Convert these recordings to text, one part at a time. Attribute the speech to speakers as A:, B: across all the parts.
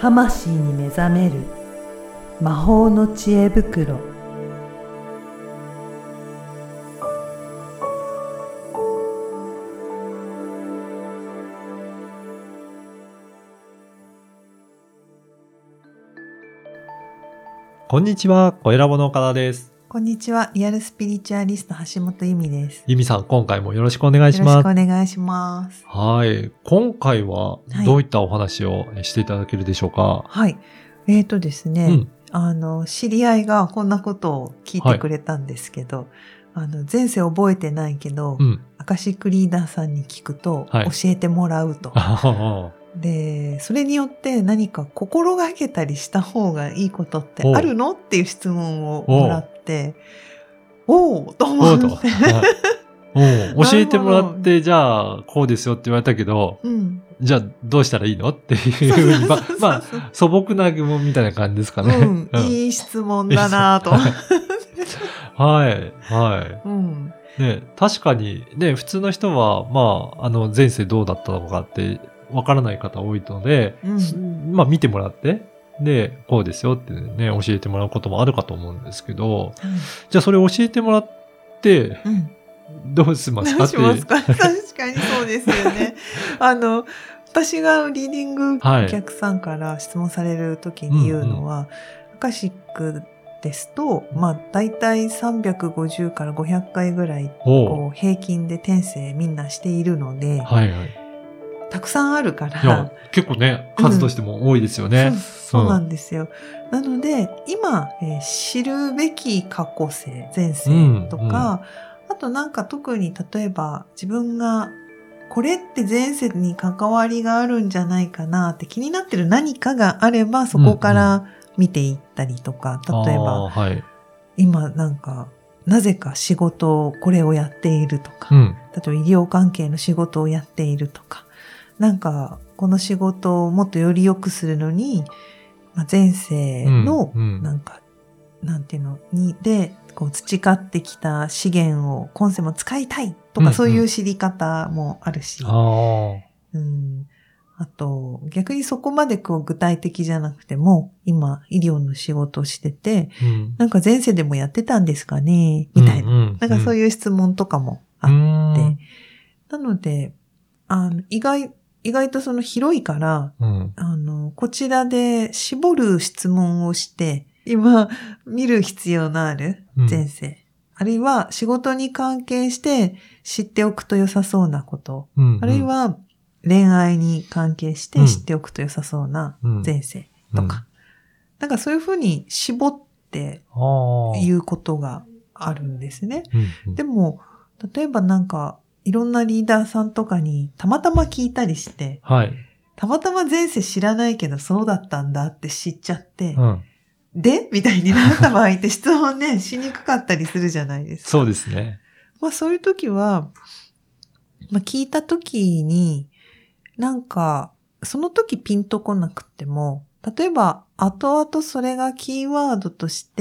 A: 魂に目覚める魔法の知恵袋。
B: こんにちは、小ラボの岡田です。
A: こんにちは、リアルスピリチュアリスト橋本由美です。
B: 由美さん、今回もよろしくお願いします。
A: よろしくお願いします。
B: はい。今回はどういったお話をしていただけるでしょうか。
A: はい。ですね、知り合いがこんなことを聞いてくれたんですけど、前世覚えてないけど、アカシックリーダーさんに聞くと教えてもらうと。で、それによって何か心がけたりした方がいいことってあるのっていう質問をもらって、おーと思って。
B: 教えてもらって、じゃあ、こうですよって言われたけど、じゃあ、どうしたらいいのっていうふうに、まあ、素朴な疑問みたいな感じですかね。
A: いい質問だなと。
B: はい、はい。ね、確かに、ね、普通の人は、前世どうだったのかって、わからない方多いので、見てもらって、で、こうですよってね、教えてもらうこともあるかと思うんですけど、じゃあそれ教えてもらって、どうしますかって。
A: どうしますか確かにそうですよね。私がリーディングお客さんから質問されるときに言うのは、アカシックですと、だいたい350から500回ぐらい、平均で転生みんなしているので、たくさんあるから。
B: 結構ね、数としても多いですよね。
A: そうなんですよ。なので、今、知るべき過去世、前世とか、あと特に例えば自分がこれって前世に関わりがあるんじゃないかなって気になってる何かがあればそこから見ていったりとか、例えば、今なぜか仕事をこれをやっているとか、例えば医療関係の仕事をやっているとか、この仕事をもっとより良くするのに、前世のなんていうので培ってきた資源を今世も使いたいとか、そういう知り方もあるし、あと逆にそこまで具体的じゃなくても、今医療の仕事をしてて、前世でもやってたんですかねみたいな、そういう質問とかもあって、なので意外とその広いから、こちらで絞る質問をして、今見る必要のある前世、あるいは仕事に関係して知っておくと良さそうなこと、あるいは恋愛に関係して知っておくと良さそうな前世とか、そういうふうに絞って言うことがあるんですね。でも、例えばいろんなリーダーさんとかにたまたま聞いたりして、たまたま前世知らないけどそうだったんだって知っちゃって、でみたいになった場合って質問ね、しにくかったりするじゃないですか。
B: そうですね。
A: そういう時は、聞いた時に、その時ピンとこなくても、例えば後々それがキーワードとして、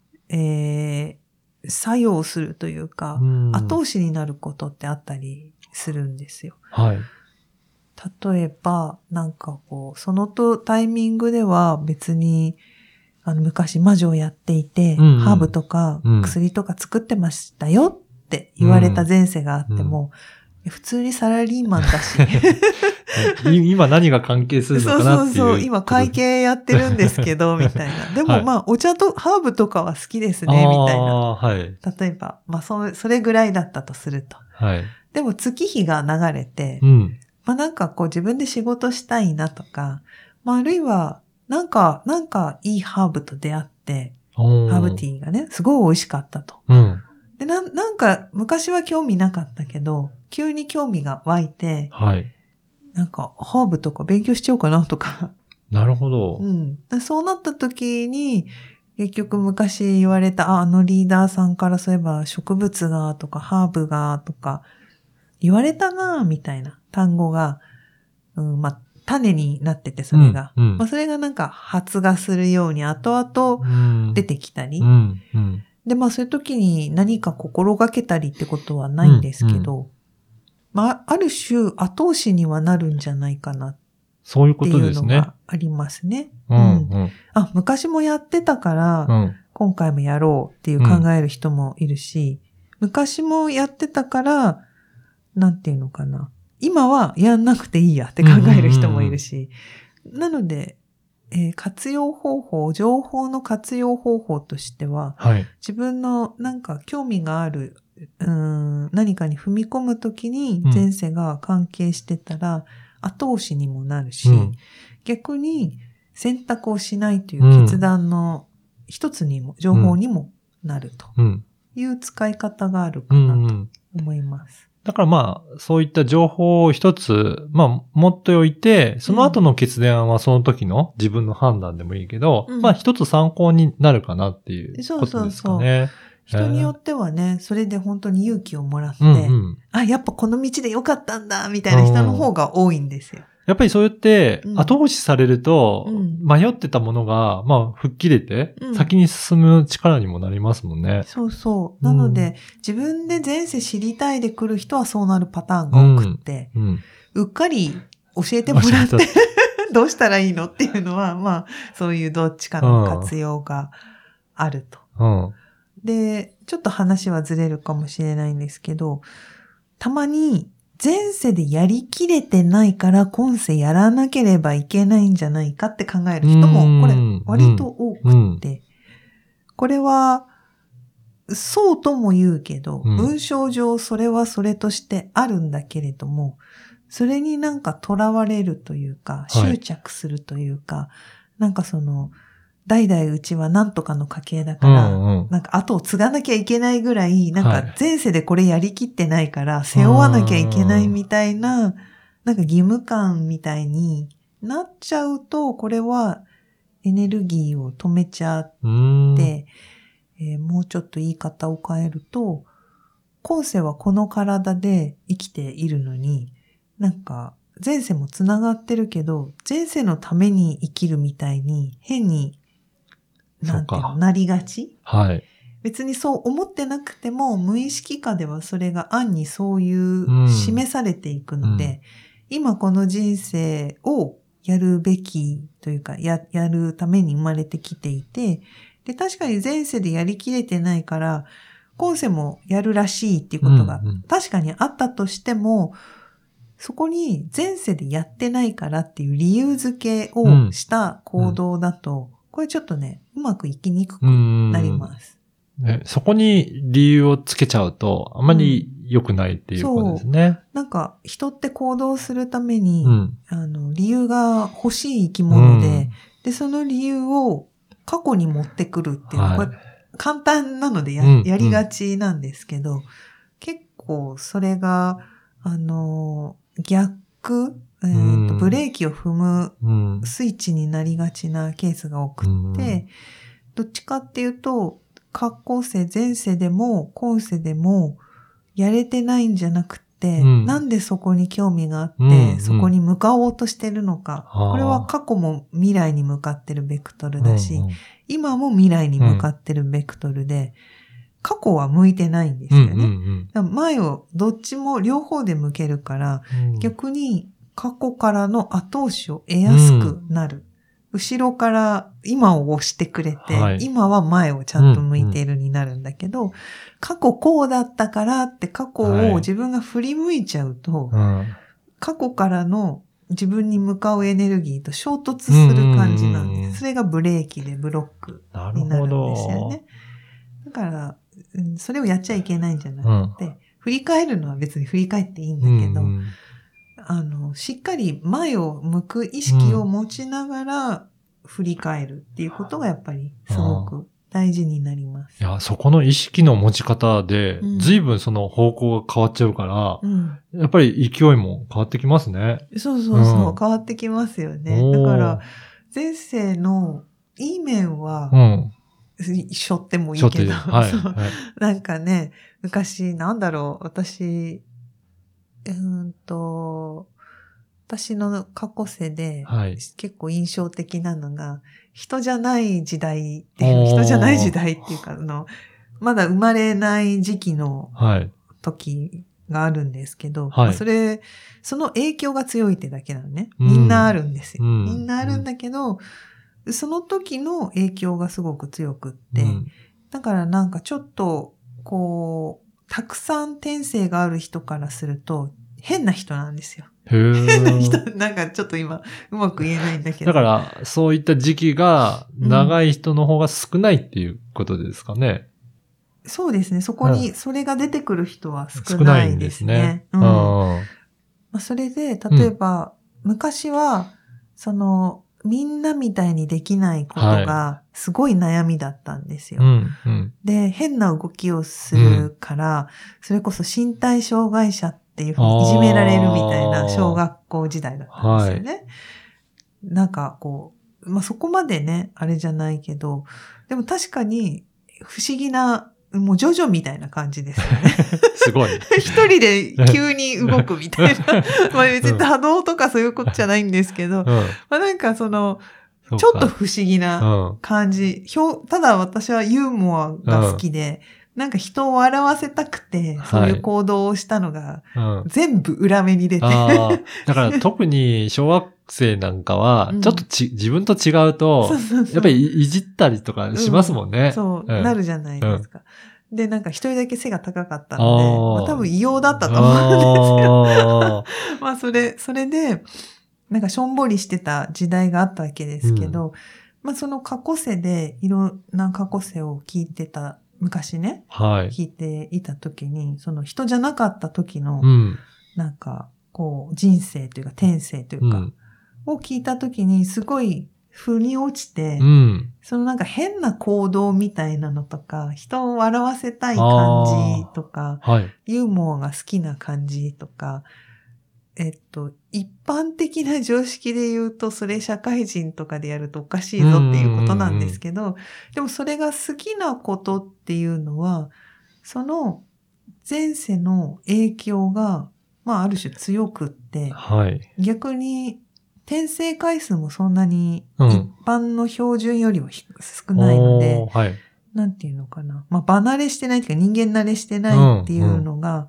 A: 作用するというか、後押しになることってあったりするんですよ。例えば、そのタイミングでは別に、昔魔女をやっていて、ハーブとか薬とか作ってましたよって言われた前世があっても、普通にサラリーマンだし。
B: 今何が関係するのかなっていう。
A: そう、今会計やってるんですけど、みたいな。でもお茶とハーブとかは好きですね、みたいな。例えば、それぐらいだったとすると。でも月日が流れて、自分で仕事したいなとか、あるいは、いいハーブと出会って、ハーブティーがね、すごい美味しかったと。で、昔は興味なかったけど、急に興味が湧いて、ハーブとか勉強しちゃおうかなとか。
B: なるほど。
A: そうなった時に、結局昔言われた、あのリーダーさんからそういえば植物がとかハーブがとか言われたなみたいな単語が、種になっててそれが。それが発芽するように後々出てきたり。で、そういう時に何か心がけたりってことはないんですけど、ある種後押しにはなるんじゃないかなっていうのがありますね。あ、昔もやってたから、今回もやろうっていう考える人もいるし、昔もやってたから、なんていうのかな。今はやんなくていいやって考える人もいるし。なので、活用方法、情報の活用方法としては、自分のなんか興味がある、何かに踏み込むときに前世が関係してたら後押しにもなるし、逆に選択をしないという決断の一つにも、情報にもなるという使い方があるかなと思います。
B: だからまあ、そういった情報を一つ、まあ、持っておいて、その後の決断はその時の自分の判断でもいいけど、まあ一つ参考になるかなっていうことですかね。
A: 人によってはね、それで本当に勇気をもらって、あ、やっぱこの道でよかったんだ、みたいな人の方が多いんですよ。
B: やっぱりそうやって後押しされると、迷ってたものが、まあ、吹っ切れて、先に進む力にもなりますもんね。
A: そうそう。なので、自分で前世知りたいで来る人はそうなるパターンが多くって、うっかり教えてもらって、どうしたらいいのっていうのは、まあ、そういうどっちかの活用があると。で、ちょっと話はずれるかもしれないんですけど、たまに、前世でやりきれてないから今世やらなければいけないんじゃないかって考える人もこれ割と多くて、これはそうとも言うけど、文章上それはそれとしてあるんだけれども、それになんか囚われるというか執着するというか、なんかその代々うちはなんとかの家系だから、なんか後を継がなきゃいけないぐらい、なんか前世でこれやりきってないから背負わなきゃいけないみたいな、なんか義務感みたいになっちゃうと、これはエネルギーを止めちゃって、もうちょっと言い方を変えると、今世はこの体で生きているのに、なんか前世もつながってるけど、前世のために生きるみたいに変になんていうの、なりがち？別にそう思ってなくても、無意識下ではそれが暗にそういう示されていくので、今この人生をやるべきというか、やるために生まれてきていて、で、確かに前世でやりきれてないから、今世もやるらしいっていうことが確かにあったとしても、そこに前世でやってないからっていう理由付けをした行動だと、これちょっとね、うまくいきにくくなります。
B: そこに理由をつけちゃうと、あまり良くないっていうことですね。
A: なんか、人って行動するために、理由が欲しい生き物で、で、その理由を過去に持ってくるっていうのは、これ簡単なのでやりがちなんですけど、結構それが、逆、ブレーキを踏むスイッチになりがちなケースが多くって、どっちかっていうと、過去世、前世でも今世でもやれてないんじゃなくて、なんでそこに興味があって、そこに向かおうとしてるのか。これは過去も未来に向かってるベクトルだし、今も未来に向かってるベクトルで、過去は向いてないんですよね。前をどっちも両方で向けるから、逆に過去からの後押しを得やすくなる。後ろから今を押してくれて、今は前をちゃんと向いているになるんだけど、過去こうだったからって過去を自分が振り向いちゃうと、過去からの自分に向かうエネルギーと衝突する感じなんです。それがブレーキでブロックになるんですよね。だから、それをやっちゃいけないんじゃなくて、振り返るのは別に振り返っていいんだけど、しっかり前を向く意識を持ちながら振り返るっていうことがやっぱりすごく大事になります。
B: いや、そこの意識の持ち方で、随分その方向が変わっちゃうから、やっぱり勢いも変わってきますね。
A: そうそうそう、変わってきますよね。だから、前世のいい面は、しょってもいいけど、なんかね、昔、なんだろう、私の過去世で、結構印象的なのが、人じゃない時代っていうか、まだ生まれない時期の時があるんですけど、
B: はい、
A: その影響が強いってだけなのね。みんなあるんですよ。みんなあるんだけど、その時の影響がすごく強くって、だからなんかちょっと、こう、たくさん天性がある人からすると、変な人なんですよ。変な人、なんかちょっと今、うまく言えないんだけど。
B: だから、そういった時期が長い人の方が少ないっていうことですかね。
A: そうですね。そこに、それが出てくる人は少ないですね。それで、例えば、昔は、みんなみたいにできないことが、すごい悩みだったんですよ。で、変な動きをするから、それこそ身体障害者っていうふうにいじめられるみたいな小学校時代だったんですよね。なんかこう、そこまでね、あれじゃないけど、でも確かに不思議な、もうジョジョみたいな感じですよね。
B: すごい。
A: 一人で急に動くみたいな。別に多動とかそういうことじゃないんですけど、なんかちょっと不思議な感じ。ただ私はユーモアが好きで、なんか人を笑わせたくて、そういう行動をしたのが、全部裏目に出て。
B: だから特に小学生なんかは、ちょっと自分と違うと、やっぱりいじったりとかしますもんね。
A: そう、なるじゃないですか。で、なんか一人だけ背が高かったので、多分異様だったと思うんですよ。それで、なんかしょんぼりしてた時代があったわけですけど、その過去世でいろんな過去世を聞いてた、昔ね、聞いていた時に、その人じゃなかった時の、なんか、こう、人生というか、天性というか、を聞いた時に、すごい、腑に落ちて、そのなんか変な行動みたいなのとか、人を笑わせたい感じとか、ユーモアが好きな感じとか、一般的な常識で言うと、それ社会人とかでやるとおかしいぞっていうことなんですけど、でもそれが好きなことっていうのは、その前世の影響が、ある種強くって、逆に転生回数もそんなに一般の標準よりは少ないので、なんていうのかな。離れしてないっていうか人間慣れしてないっていうのが、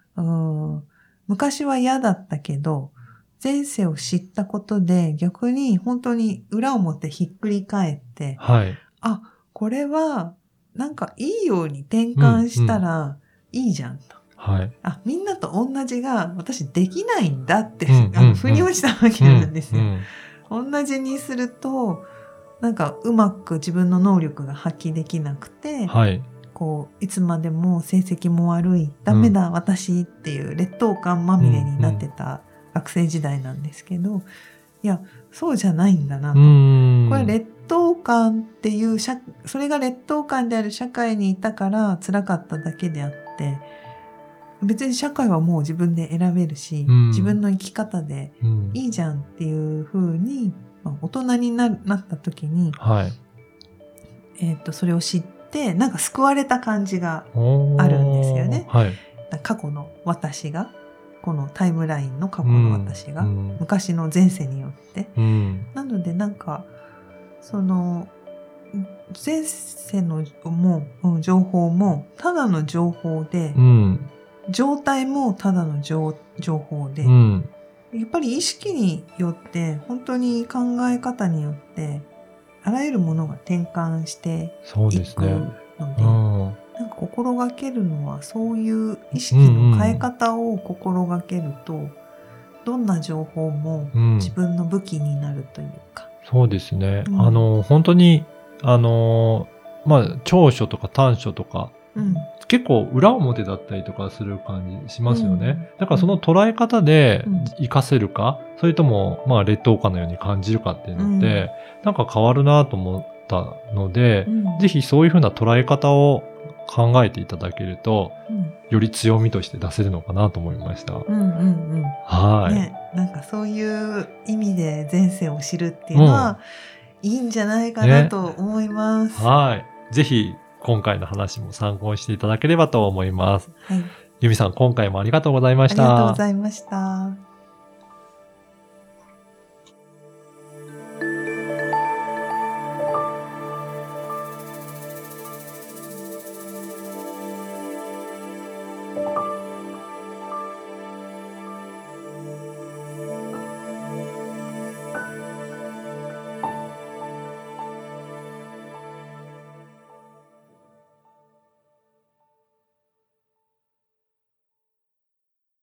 A: 昔は嫌だったけど、前世を知ったことで逆に本当に裏表ひっくり返って、これはなんかいいように転換したらいいじゃんと。みんなと同じが私できないんだって、腑に落ちたわけなんですよ。同じにすると、なんかうまく自分の能力が発揮できなくて、こういつまでも成績も悪い、ダメだ、私っていう劣等感まみれになってた学生時代なんですけど、いや、そうじゃないんだなと。これ劣等感っていう、それが劣等感である社会にいたから辛かっただけであって、別に社会はもう自分で選べるし、自分の生き方でいいじゃんっていう風に、大人になった時に、それを知って、なんか救われた感じがあるんですよね。過去の私が、このタイムラインの過去の私が、昔の前世によって。なのでなんか、その、前世の情報もただの情報で、状態もただの情報で、やっぱり意識によって、本当に考え方によって、あらゆるものが転換していくので、なんか心がけるのはそういう意識の変え方を心がけると、どんな情報も自分の武器になるというか。
B: そうですね。本当に、長所とか短所とか、結構裏表だったりとかする感じしますよね。だからその捉え方で活かせるか、それとも劣等感のように感じるかっていうのって、なんか変わるなと思ったので、ぜひそういうふうな捉え方を考えていただけると、より強みとして出せるのかなと思いました。
A: なんかそういう意味で前世を知るっていうのは、いいんじゃないかなと思います。
B: ぜひ今回の話も参考にしていただければと思います。由美さん、今回もありがとうございました。
A: ありがとうございました。